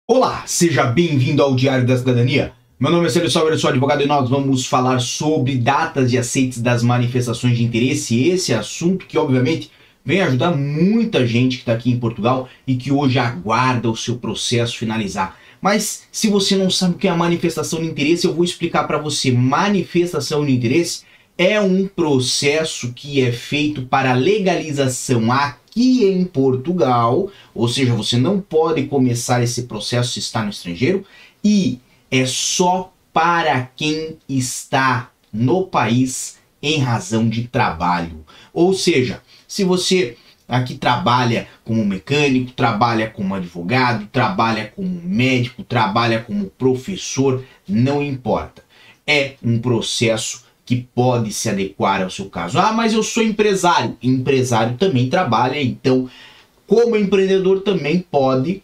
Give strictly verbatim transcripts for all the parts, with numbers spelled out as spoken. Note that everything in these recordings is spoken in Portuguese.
Olá, seja bem-vindo ao Diário da Cidadania. Meu nome é Célio Salve, eu sou advogado e nós vamos falar sobre datas de aceites das manifestações de interesse. Esse assunto que, obviamente, vem ajudar muita gente que está aqui em Portugal e que hoje aguarda o seu processo finalizar. Mas se você não sabe o que é a manifestação de interesse, eu vou explicar para você. Manifestação de interesse é um processo que é feito para legalização aqui em Portugal, ou seja, você não pode começar esse processo se está no estrangeiro, e é só para quem está no país em razão de trabalho. Ou seja, se você aqui trabalha como mecânico, trabalha como advogado, trabalha como médico, trabalha como professor, não importa. É um processo que pode se adequar ao seu caso. Ah, mas eu sou empresário. Empresário também trabalha, então, como empreendedor também pode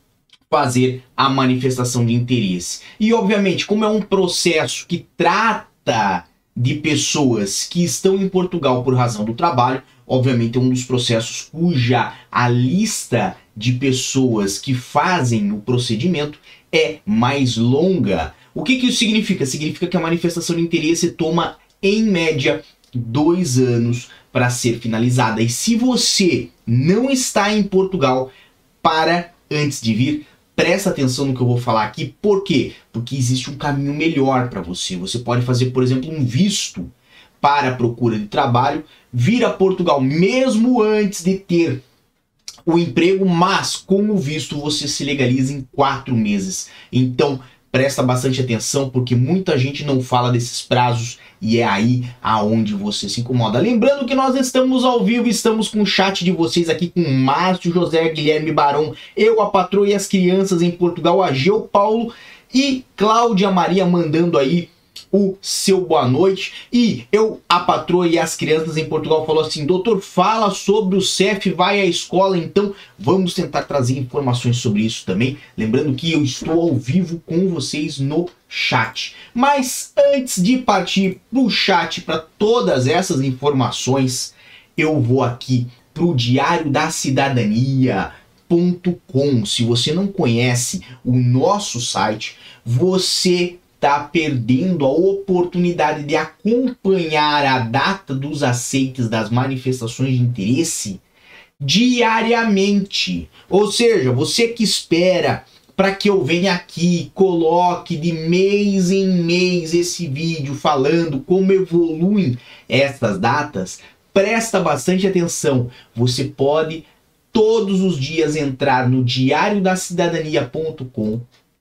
fazer a manifestação de interesse. E, obviamente, como é um processo que trata de pessoas que estão em Portugal por razão do trabalho, obviamente é um dos processos cuja a lista de pessoas que fazem o procedimento é mais longa. O que que isso significa? Significa que a manifestação de interesse toma, em média, dois anos para ser finalizada. E se você não está em Portugal, para antes de vir, presta atenção no que eu vou falar aqui. Por quê? Porque existe um caminho melhor para você. Você pode fazer, por exemplo, um visto para a procura de trabalho, vir a Portugal mesmo antes de ter o emprego, mas com o visto você se legaliza em quatro meses. Então, presta bastante atenção, porque muita gente não fala desses prazos e é aí aonde você se incomoda. Lembrando que nós estamos ao vivo, estamos com o chat de vocês aqui com Márcio, José, Guilherme Barão, eu, a patroa e as crianças em Portugal, Ageu, Paulo e Cláudia Maria mandando aí o seu boa noite. E eu, a patroa e as crianças em Portugal falou assim: doutor, fala sobre o C E F, vai à escola. Então vamos tentar trazer informações sobre isso também, lembrando que eu estou ao vivo com vocês no chat. Mas antes de partir para o chat, para todas essas informações, eu vou aqui para o Diário da Cidadania ponto com. Se você não conhece o nosso site, você está perdendo a oportunidade de acompanhar a data dos aceites das manifestações de interesse diariamente. Ou seja, você que espera para que eu venha aqui, coloque de mês em mês esse vídeo falando como evoluem essas datas, presta bastante atenção. Você pode todos os dias entrar no diário da cidadania ponto com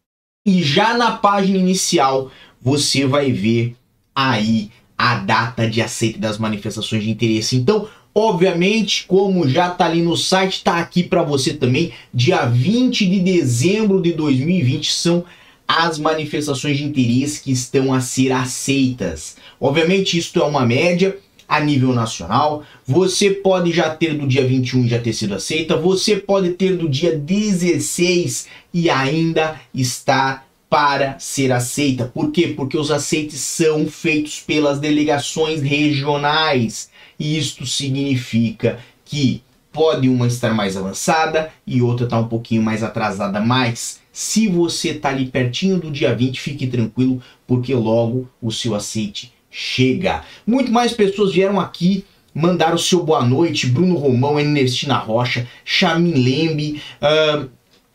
e já na página inicial você vai ver aí a data de aceite das manifestações de interesse. Então, obviamente, como já está ali no site, está aqui para você também, dia vinte de dezembro de dois mil e vinte são as manifestações de interesse que estão a ser aceitas. Obviamente, isso é uma média a nível nacional. Você pode já ter do dia vinte e um já ter sido aceita, você pode ter do dia dezesseis e ainda estar para ser aceita. Por quê? Porque os aceites são feitos pelas delegações regionais, e isto significa que pode uma estar mais avançada e outra estar um pouquinho mais atrasada, mas se você está ali pertinho do dia vinte, fique tranquilo, porque logo o seu aceite chega. Muito mais pessoas vieram aqui mandar o seu boa noite: Bruno Romão, Ernestina Rocha, Chamin Lembe, uh,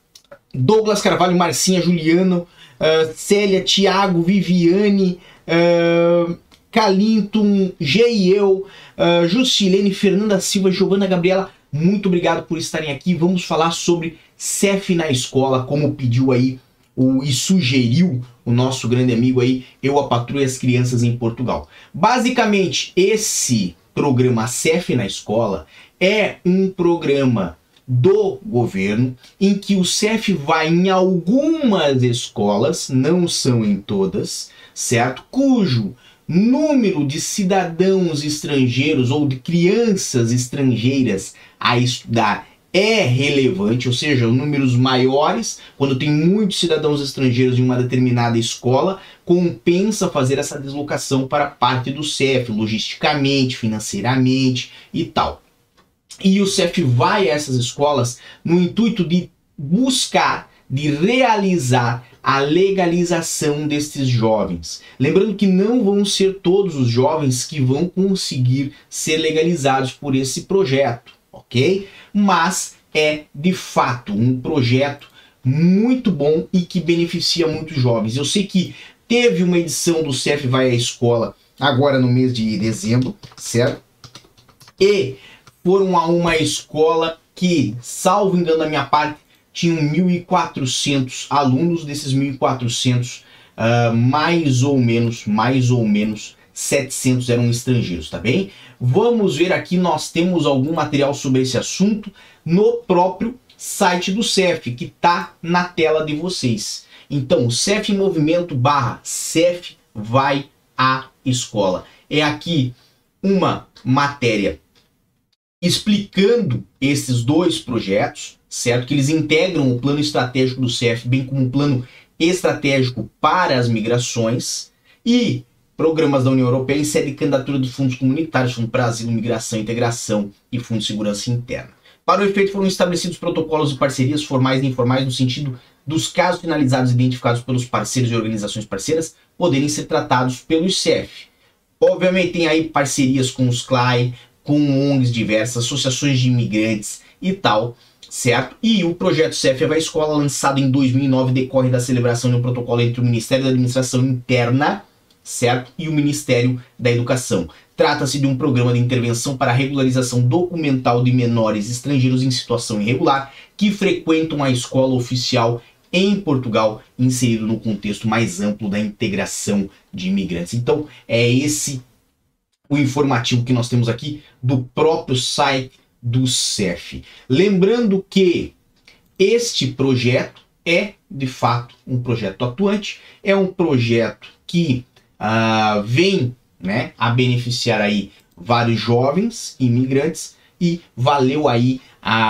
Douglas Carvalho, Marcinha, Juliano, uh, Célia, Thiago, Viviane, uh, Calinton, G e eu, uh, Juscelene, Fernanda Silva, Giovana Gabriela, muito obrigado por estarem aqui. Vamos falar sobre C E F na escola, como pediu aí o, e sugeriu o nosso grande amigo aí, eu, a patroa e as crianças em Portugal. Basicamente, esse programa C E F na escola é um programa do governo em que o C E F vai em algumas escolas, não são em todas, certo? Cujo número de cidadãos estrangeiros ou de crianças estrangeiras a estudar é relevante, ou seja, números maiores, quando tem muitos cidadãos estrangeiros em uma determinada escola, compensa fazer essa deslocação para parte do C E F, logisticamente, financeiramente e tal. E o C E F vai a essas escolas no intuito de buscar de realizar a legalização destes jovens. Lembrando que não vão ser todos os jovens que vão conseguir ser legalizados por esse projeto, ok? Mas é de fato um projeto muito bom e que beneficia muitos jovens. Eu sei que teve uma edição do C E F Vai à Escola agora no mês de dezembro, certo? E foram a uma escola que, salvo engano da minha parte, tinham mil e quatrocentos alunos. Desses mil e quatrocentos, uh, mais ou menos, mais ou menos, setecentos eram estrangeiros, tá bem? Vamos ver aqui, nós temos algum material sobre esse assunto no próprio site do C E F, que tá na tela de vocês. Então, C E F em movimento barra C E F Vai à Escola. É aqui uma matéria explicando esses dois projetos, certo? Que eles integram o plano estratégico do C E F, bem como o plano estratégico para as migrações e programas da União Europeia em sede de candidatura dos fundos comunitários, Fundo para Asilo, Migração, Integração e Fundo de Segurança Interna. Para o efeito, foram estabelecidos protocolos de parcerias formais e informais no sentido dos casos finalizados identificados pelos parceiros e organizações parceiras poderem ser tratados pelos C E F. Obviamente tem aí parcerias com os C L A I, com O N Gs diversas, associações de imigrantes e tal, certo? E o projeto C E F Vai à Escola, lançado em dois mil e nove, decorre da celebração de um protocolo entre o Ministério da Administração Interna, certo? E o Ministério da Educação. Trata-se de um programa de intervenção para a regularização documental de menores estrangeiros em situação irregular que frequentam a escola oficial em Portugal, inserido no contexto mais amplo da integração de imigrantes. Então, é esse o informativo que nós temos aqui do próprio site do C E F. Lembrando que este projeto é, de fato, um projeto atuante, é um projeto que uh, vem, né, a beneficiar aí vários jovens imigrantes e valeu aí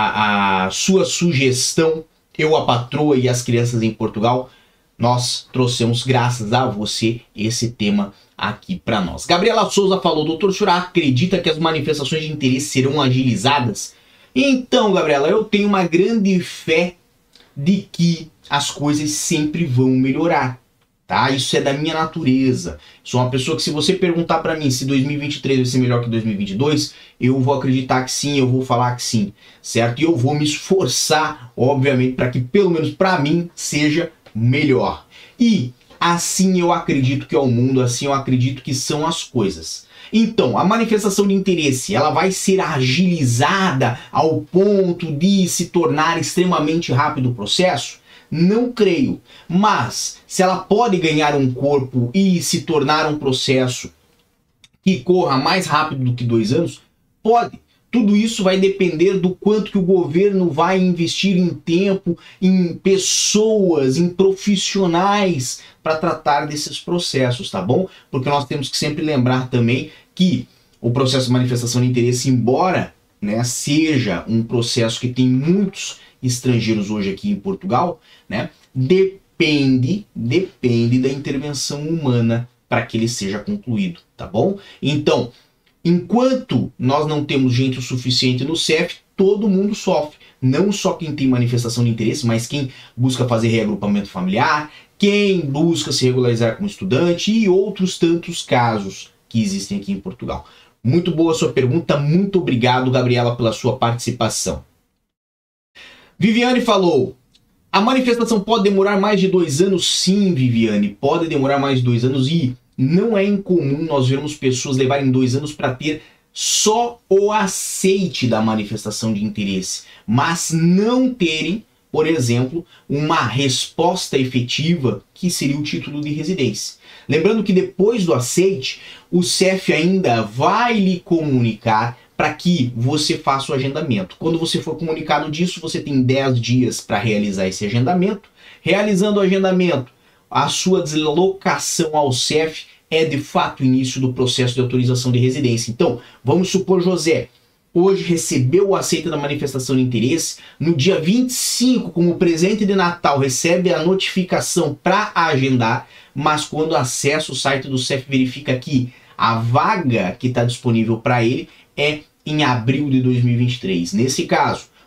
a, a sua sugestão, Eu, a Patroa e as Crianças em Portugal. Nós trouxemos, graças a você, esse tema aqui para nós. Gabriela Souza falou: doutor, o senhor acredita que as manifestações de interesse serão agilizadas? Então, Gabriela, eu tenho uma grande fé de que as coisas sempre vão melhorar, tá? Isso é da minha natureza. Sou uma pessoa que, se você perguntar para mim se dois mil e vinte e três vai ser melhor que dois mil e vinte e dois, eu vou acreditar que sim, eu vou falar que sim, certo? E eu vou me esforçar, obviamente, para que, pelo menos para mim, seja melhor. E assim eu acredito que é o mundo, assim eu acredito que são as coisas. Então, a manifestação de interesse, ela vai ser agilizada ao ponto de se tornar extremamente rápido o processo? Não creio. Mas, se ela pode ganhar um corpo e se tornar um processo que corra mais rápido do que dois anos, pode. Tudo isso vai depender do quanto que o governo vai investir em tempo, em pessoas, em profissionais para tratar desses processos, tá bom? Porque nós temos que sempre lembrar também que o processo de manifestação de interesse, embora, né, seja um processo que tem muitos estrangeiros hoje aqui em Portugal, né, depende, depende da intervenção humana para que ele seja concluído, tá bom? Então, enquanto nós não temos gente o suficiente no C E F, todo mundo sofre. Não só quem tem manifestação de interesse, mas quem busca fazer reagrupamento familiar, quem busca se regularizar como estudante e outros tantos casos que existem aqui em Portugal. Muito boa a sua pergunta, muito obrigado, Gabriela, pela sua participação. Viviane falou: a manifestação pode demorar mais de dois anos? Sim, Viviane, pode demorar mais de dois anos e não é incomum nós vermos pessoas levarem dois anos para ter só o aceite da manifestação de interesse, mas não terem, por exemplo, uma resposta efetiva, que seria o título de residência. Lembrando que depois do aceite, o C E F ainda vai lhe comunicar para que você faça o agendamento. Quando você for comunicado disso, você tem dez dias para realizar esse agendamento. Realizando o agendamento, a sua deslocação ao C E F é de fato o início do processo de autorização de residência. Então, vamos supor, José, hoje recebeu o aceite da manifestação de interesse, no dia vinte e cinco, como presente de Natal, recebe a notificação para agendar, mas quando acessa o site do C E F, verifica que a vaga que está disponível para ele é em abril de dois mil e vinte e três. Nesse caso,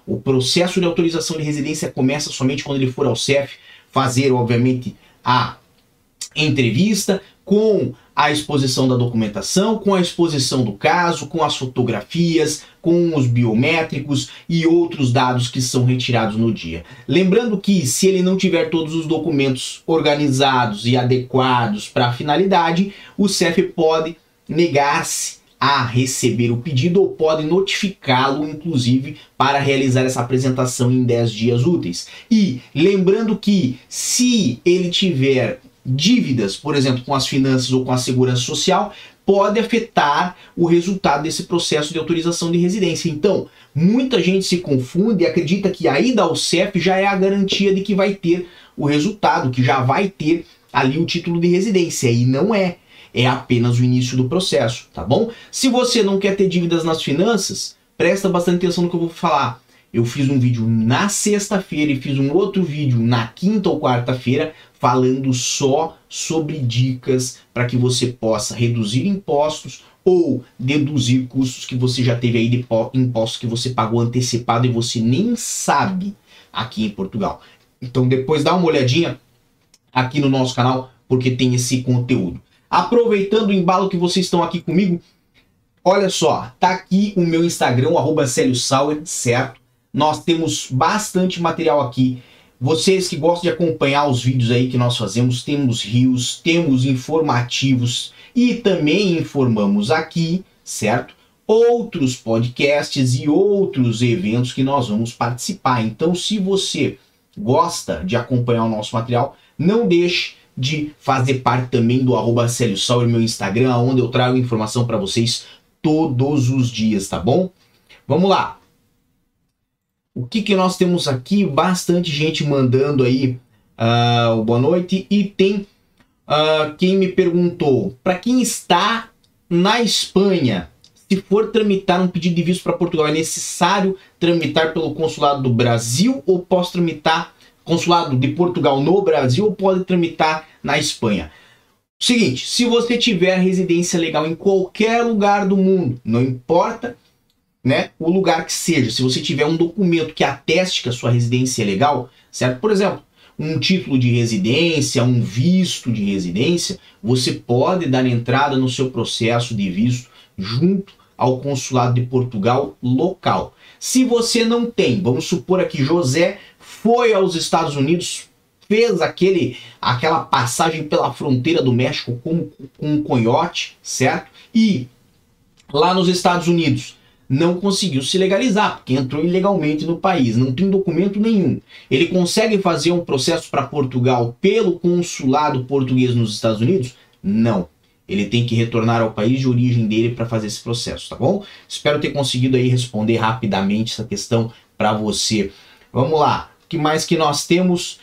O processo de autorização de residência começa somente quando ele for ao C E F fazer, obviamente, a entrevista com a exposição da documentação, com a exposição do caso, com as fotografias, com os biométricos e outros dados que são retirados no dia. Lembrando que se ele não tiver todos os documentos organizados e adequados para a finalidade, o C E F pode negar-se a receber o pedido ou pode notificá-lo, inclusive, para realizar essa apresentação em dez dias úteis. E lembrando que se ele tiver dívidas, por exemplo, com as finanças ou com a segurança social, pode afetar o resultado desse processo de autorização de residência. Então, muita gente se confunde e acredita que a ida ao C E F já é a garantia de que vai ter o resultado, que já vai ter ali o título de residência, e não é. É apenas o início do processo, tá bom? Se você não quer ter dívidas nas finanças, presta bastante atenção no que eu vou falar. Eu fiz um vídeo na sexta-feira e fiz um outro vídeo na quinta ou quarta-feira falando só sobre dicas para que você possa reduzir impostos ou deduzir custos que você já teve aí de impostos que você pagou antecipado e você nem sabe aqui em Portugal. Então depois dá uma olhadinha aqui no nosso canal porque tem esse conteúdo. Aproveitando o embalo que vocês estão aqui comigo, olha só, tá aqui o meu Instagram, o arroba Célio Sauer, certo? Nós temos bastante material aqui. Vocês que gostam de acompanhar os vídeos aí que nós fazemos, temos reels, temos informativos e também informamos aqui, certo? Outros podcasts e outros eventos que nós vamos participar. Então, se você gosta de acompanhar o nosso material, não deixe de fazer parte também do arroba Célio Sauer, meu Instagram, onde eu trago informação para vocês todos os dias, tá bom? Vamos lá. O que que nós temos aqui? Bastante gente mandando aí uh, boa noite. E tem uh, quem me perguntou, para quem está na Espanha, se for tramitar um pedido de visto para Portugal, é necessário tramitar pelo consulado do Brasil ou posso tramitar consulado de Portugal no Brasil ou pode tramitar na Espanha? Seguinte, se você tiver residência legal em qualquer lugar do mundo, não importa, né, o lugar que seja, se você tiver um documento que ateste que a sua residência é legal, certo? Por exemplo, um título de residência, um visto de residência, você pode dar entrada no seu processo de visto junto ao consulado de Portugal local. Se você não tem, vamos supor aqui, José foi aos Estados Unidos, fez aquele, aquela passagem pela fronteira do México com, com um coiote, certo? E lá nos Estados Unidos não conseguiu se legalizar, porque entrou ilegalmente no país, não tem documento nenhum. Ele consegue fazer um processo para Portugal pelo consulado português nos Estados Unidos? Não. Ele tem que retornar ao país de origem dele para fazer esse processo, tá bom? Espero ter conseguido aí responder rapidamente essa questão para você. Vamos lá. O que mais que nós temos?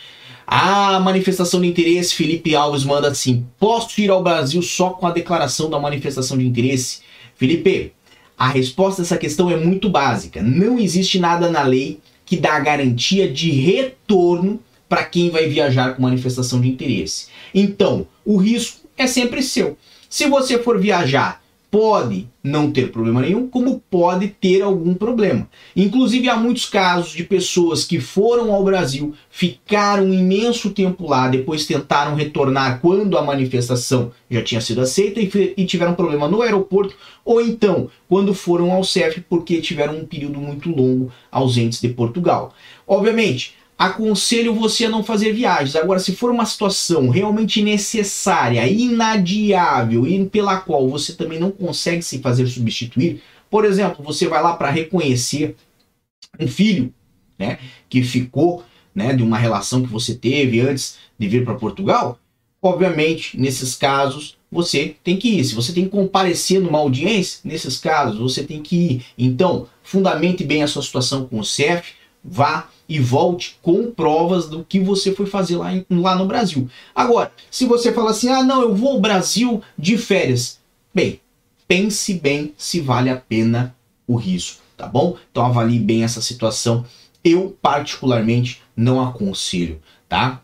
A manifestação de interesse, Felipe Alves manda assim: posso ir ao Brasil só com a declaração da manifestação de interesse? Felipe, a resposta a essa questão é muito básica. Não existe nada na lei que dá a garantia de retorno para quem vai viajar com manifestação de interesse. Então, o risco é sempre seu. Se você for viajar, pode não ter problema nenhum, como pode ter algum problema. Inclusive, há muitos casos de pessoas que foram ao Brasil, ficaram um imenso tempo lá, depois tentaram retornar quando a manifestação já tinha sido aceita e, e tiveram problema no aeroporto, ou então, quando foram ao C E F porque tiveram um período muito longo ausentes de Portugal. Obviamente, aconselho você a não fazer viagens. Agora, se for uma situação realmente necessária, inadiável e pela qual você também não consegue se fazer substituir, por exemplo, você vai lá para reconhecer um filho, né, que ficou, né, de uma relação que você teve antes de vir para Portugal, obviamente, nesses casos, você tem que ir. Se você tem que comparecer numa audiência, nesses casos, você tem que ir. Então, fundamente bem a sua situação com o C E F, vá e volte com provas do que você foi fazer lá, em, lá no Brasil. Agora, se você fala assim, ah não, eu vou ao Brasil de férias. Bem, pense bem se vale a pena o risco, tá bom? Então avalie bem essa situação. Eu, particularmente, não aconselho, tá?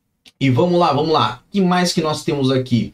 E vamos lá, vamos lá. O que mais que nós temos aqui?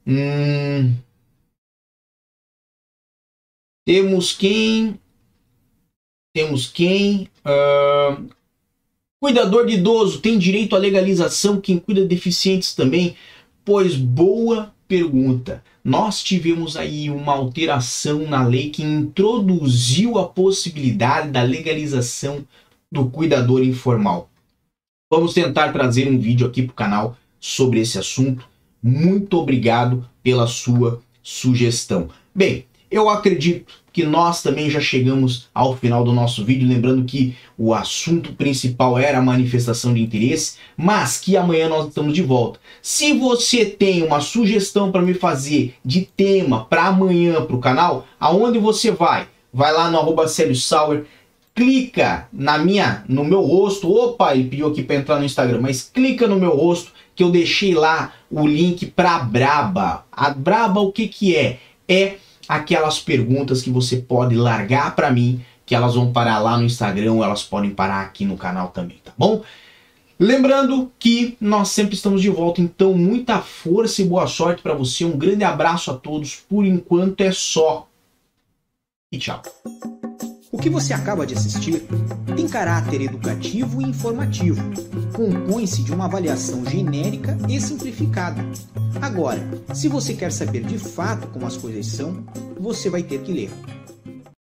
Hum... Temos quem... Temos quem? Uh, cuidador de idoso tem direito à legalização, quem cuida de deficientes também? Pois boa pergunta. Nós tivemos aí uma alteração na lei que introduziu a possibilidade da legalização do cuidador informal. Vamos tentar trazer um vídeo aqui para o canal sobre esse assunto. Muito obrigado pela sua sugestão. Bem, eu acredito que nós também já chegamos ao final do nosso vídeo, lembrando que o assunto principal era a manifestação de interesse, mas que amanhã nós estamos de volta. Se você tem uma sugestão para me fazer de tema para amanhã para o canal, aonde você vai? Vai lá no arroba Célio Sauer, clica na minha, no meu rosto, opa, ele pediu aqui para entrar no Instagram, mas clica no meu rosto que eu deixei lá o link para a Braba. A Braba o que que é? É aquelas perguntas que você pode largar para mim, que elas vão parar lá no Instagram, ou elas podem parar aqui no canal também, tá bom? Lembrando que nós sempre estamos de volta, então muita força e boa sorte para você, um grande abraço a todos, por enquanto é só, e tchau. O que você acaba de assistir tem caráter educativo e informativo, compõe-se de uma avaliação genérica e simplificada. Agora, se você quer saber de fato como as coisas são, você vai ter que ler.